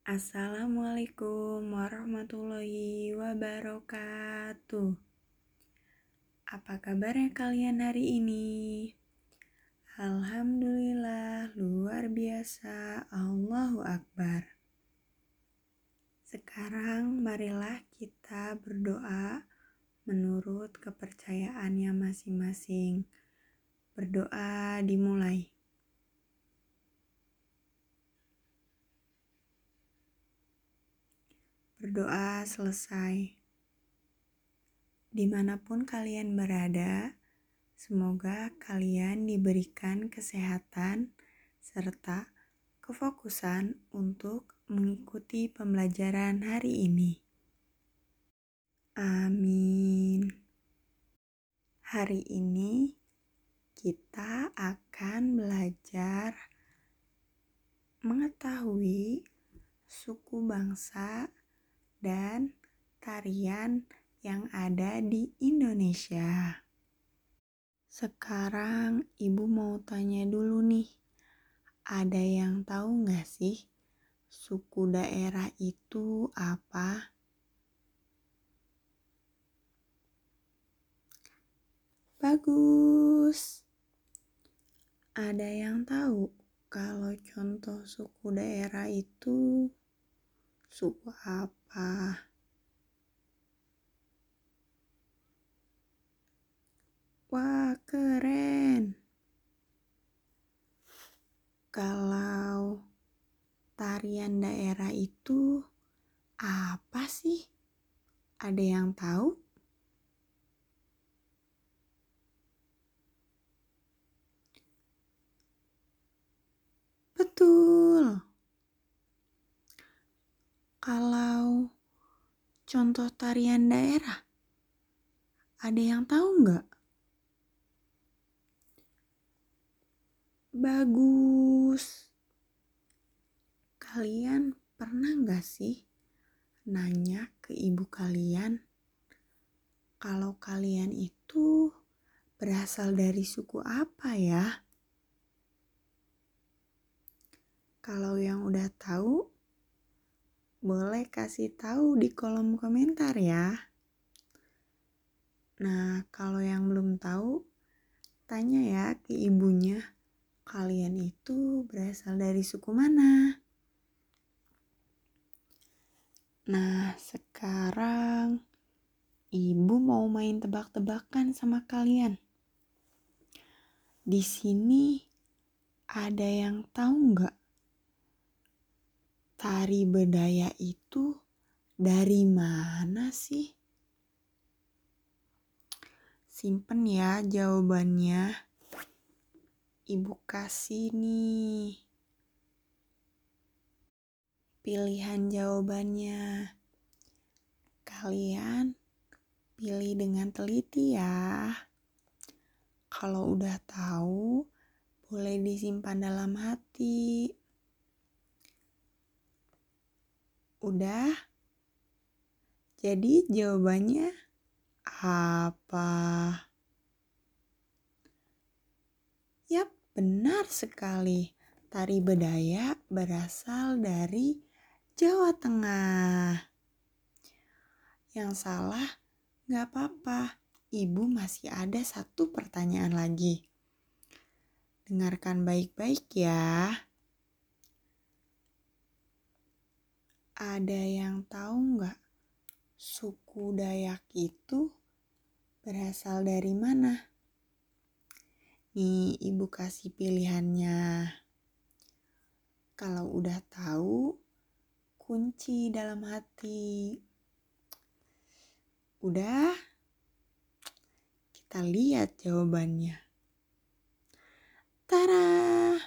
Assalamualaikum warahmatullahi wabarakatuh. Apa kabarnya kalian hari ini? Alhamdulillah, luar biasa, Allahu Akbar. Sekarang marilah kita berdoa menurut kepercayaannya masing-masing. Berdoa dimulai. Berdoa selesai. Dimanapun kalian berada, semoga kalian diberikan kesehatan serta kefokusan untuk mengikuti pembelajaran hari ini. Amin. Hari ini kita akan belajar mengetahui suku bangsa dan tarian yang ada di Indonesia. Sekarang ibu mau tanya dulu nih, ada yang tahu nggak sih suku daerah itu apa? Bagus. Ada yang tahu kalau contoh suku daerah itu suku apa? Wah, keren. Kalau tarian daerah itu apa sih? Ada yang tahu? Betul. Kalau contoh tarian daerah, ada yang tahu nggak? Bagus. Kalian pernah nggak sih nanya ke ibu kalian kalau kalian itu berasal dari suku apa ya? Kalau yang udah tahu, boleh kasih tahu di kolom komentar ya. Nah, kalau yang belum tahu, tanya ya ke ibunya, kalian itu berasal dari suku mana? Nah, sekarang ibu mau main tebak-tebakan sama kalian. Di sini ada yang tahu nggak? Tari Bedaya itu dari mana sih? Simpen ya jawabannya. Ibu kasih nih pilihan jawabannya. Kalian pilih dengan teliti ya. Kalau udah tahu, boleh disimpan dalam hati. Udah? Jadi jawabannya apa? Yap, benar sekali. Tari Bedaya berasal dari Jawa Tengah. Yang salah gak apa-apa. Ibu masih ada satu pertanyaan lagi. Dengarkan baik-baik ya. Ada yang tahu nggak suku Dayak itu berasal dari mana? Nih, ibu kasih pilihannya. Kalau udah tahu, kunci dalam hati. Udah? Kita lihat jawabannya. Tara!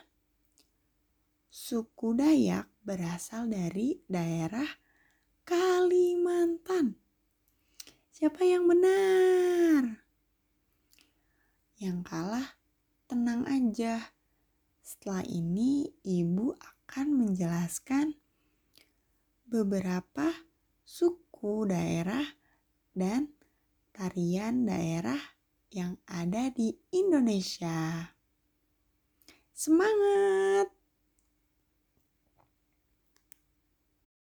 Suku Dayak berasal dari daerah Kalimantan. Siapa yang benar? Yang kalah tenang aja. Setelah ini ibu akan menjelaskan beberapa suku daerah dan tarian daerah yang ada di Indonesia. Semangat!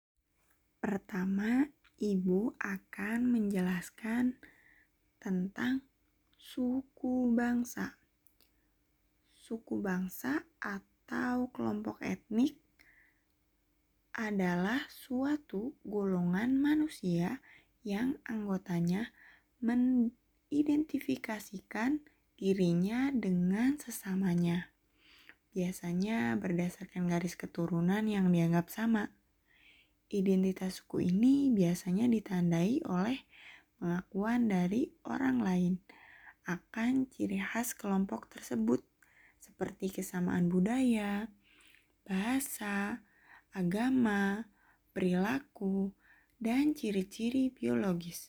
Pertama, Ibu akan menjelaskan tentang suku bangsa. Suku bangsa atau kelompok etnik adalah suatu golongan manusia yang anggotanya mengidentifikasikan dirinya dengan sesamanya. Biasanya berdasarkan garis keturunan yang dianggap sama. Identitas suku ini biasanya ditandai oleh pengakuan dari orang lain akan ciri khas kelompok tersebut, seperti kesamaan budaya, bahasa, agama, perilaku, dan ciri-ciri biologis.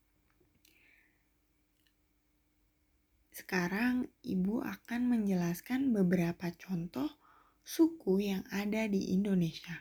Sekarang Ibu akan menjelaskan beberapa contoh suku yang ada di Indonesia.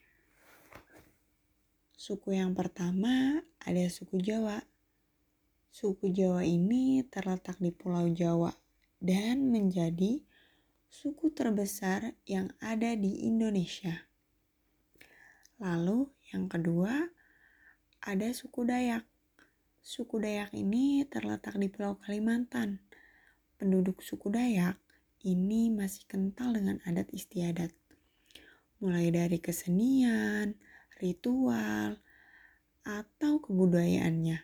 Suku yang pertama ada suku Jawa. Suku Jawa ini terletak di Pulau Jawa dan menjadi suku terbesar yang ada di Indonesia. Lalu yang kedua ada suku Dayak. Suku Dayak ini terletak di Pulau Kalimantan. Penduduk suku Dayak ini masih kental dengan adat istiadat. Mulai dari kesenian, ritual, atau kebudayaannya.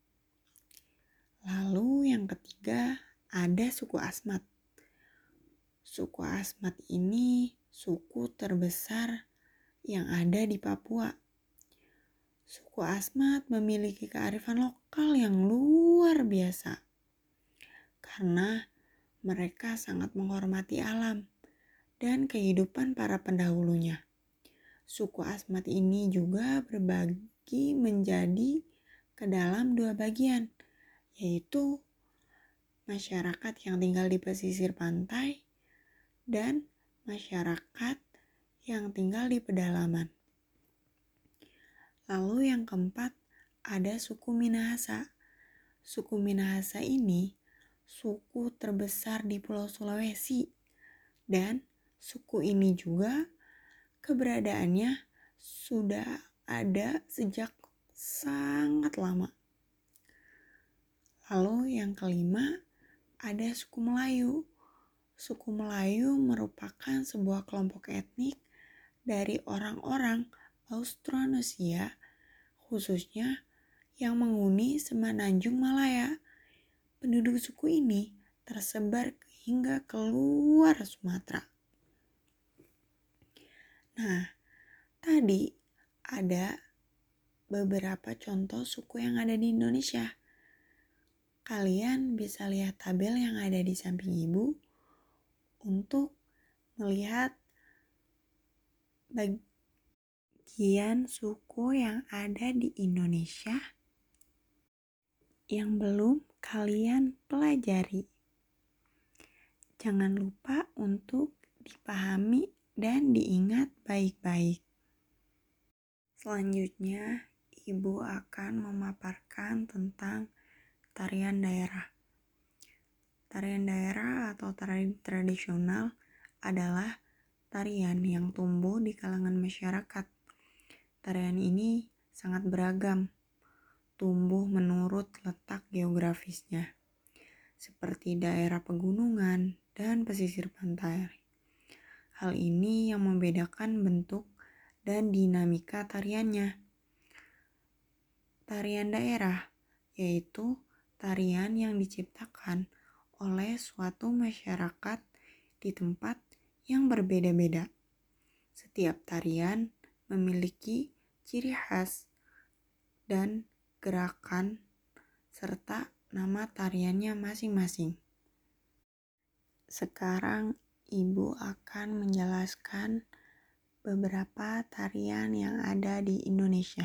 Lalu yang ketiga ada suku Asmat. Suku Asmat ini suku terbesar yang ada di Papua. Suku Asmat memiliki kearifan lokal yang luar biasa karena mereka sangat menghormati alam dan kehidupan para pendahulunya. Suku Asmat ini juga berbagi menjadi ke dalam dua bagian, yaitu masyarakat yang tinggal di pesisir pantai dan masyarakat yang tinggal di pedalaman. Lalu yang keempat ada suku Minahasa. Suku Minahasa ini suku terbesar di Pulau Sulawesi dan suku ini juga keberadaannya sudah ada sejak sangat lama. Lalu yang kelima ada suku Melayu. Suku Melayu merupakan sebuah kelompok etnik dari orang-orang Austronesia, khususnya yang menghuni Semenanjung Malaya. Penduduk suku ini tersebar hingga keluar Sumatera. Nah, tadi ada beberapa contoh suku yang ada di Indonesia. Kalian bisa lihat tabel yang ada di samping Ibu untuk melihat bagian suku yang ada di Indonesia yang belum kalian pelajari. Jangan lupa untuk dipahami dan diingat baik-baik. Selanjutnya, Ibu akan memaparkan tentang tarian daerah. Tarian daerah atau tarian tradisional adalah tarian yang tumbuh di kalangan masyarakat. Tarian ini sangat beragam, tumbuh menurut letak geografisnya, seperti daerah pegunungan dan pesisir pantai. Hal ini yang membedakan bentuk dan dinamika tariannya. Tarian daerah yaitu tarian yang diciptakan oleh suatu masyarakat di tempat yang berbeda-beda. Setiap tarian memiliki ciri khas dan gerakan serta nama tariannya masing-masing. Sekarang Ibu akan menjelaskan beberapa tarian yang ada di Indonesia.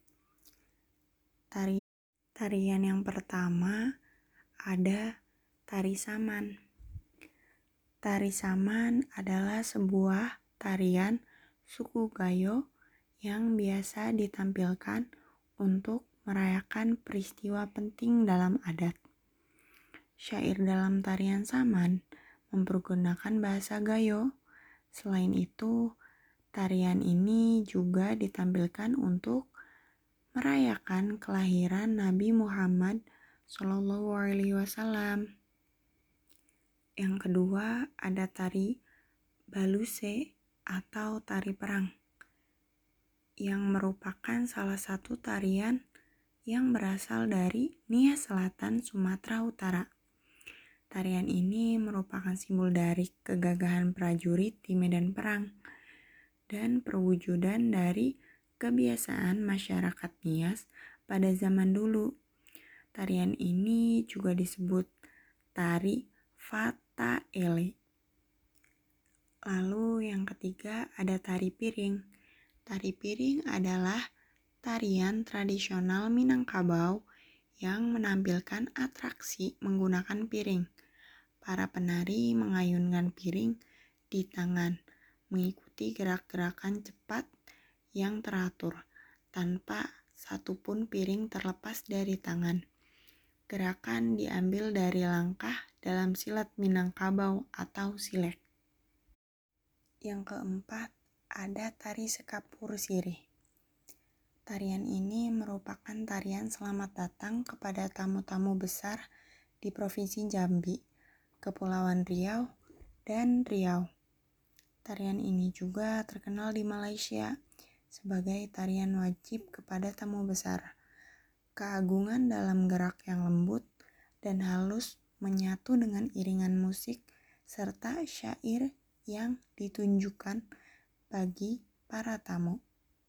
Tarian yang pertama ada Tari Saman. Tari Saman adalah sebuah tarian suku Gayo yang biasa ditampilkan untuk merayakan peristiwa penting dalam adat. Syair dalam tarian Saman mempergunakan bahasa Gayo. Selain itu, tarian ini juga ditampilkan untuk merayakan kelahiran Nabi Muhammad SAW. Yang kedua ada tari baluse atau tari perang, yang merupakan salah satu tarian yang berasal dari Nia Selatan, Sumatera Utara. Tarian ini merupakan simbol dari kegagahan prajurit di medan perang dan perwujudan dari kebiasaan masyarakat Nias pada zaman dulu. Tarian ini juga disebut tari Fata Ele. Lalu yang ketiga ada tari piring. Tari piring adalah tarian tradisional Minangkabau yang menampilkan atraksi menggunakan piring. Para penari mengayunkan piring di tangan, mengikuti gerak-gerakan cepat yang teratur, tanpa satupun piring terlepas dari tangan. Gerakan diambil dari langkah dalam silat Minangkabau atau silek. Yang keempat, ada tari sekapur sirih. Tarian ini merupakan tarian selamat datang kepada tamu-tamu besar di Provinsi Jambi, Kepulauan Riau, dan Riau. Tarian ini juga terkenal di Malaysia sebagai tarian wajib kepada tamu besar. Keagungan dalam gerak yang lembut dan halus menyatu dengan iringan musik serta syair yang ditunjukkan bagi para tamu.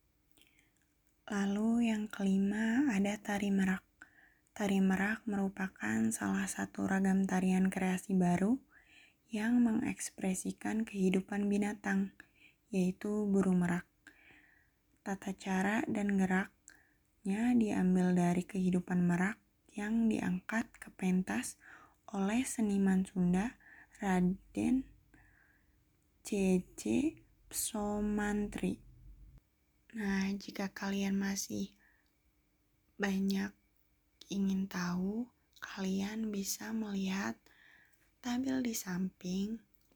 Lalu yang kelima ada tari merak. Tari merak merupakan salah satu ragam tarian kreasi baru yang mengekspresikan kehidupan binatang, yaitu burung merak. Tata cara dan geraknya diambil dari kehidupan merak yang diangkat ke pentas oleh seniman Sunda Raden C.C. Psomantri. Nah, jika kalian masih banyak ingin tahu, kalian bisa melihat tabel di samping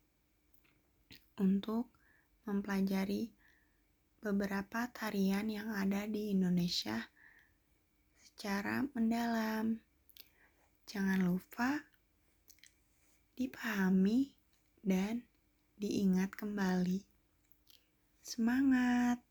untuk mempelajari beberapa tarian yang ada di Indonesia secara mendalam. Jangan lupa dipahami dan diingat kembali. Semangat!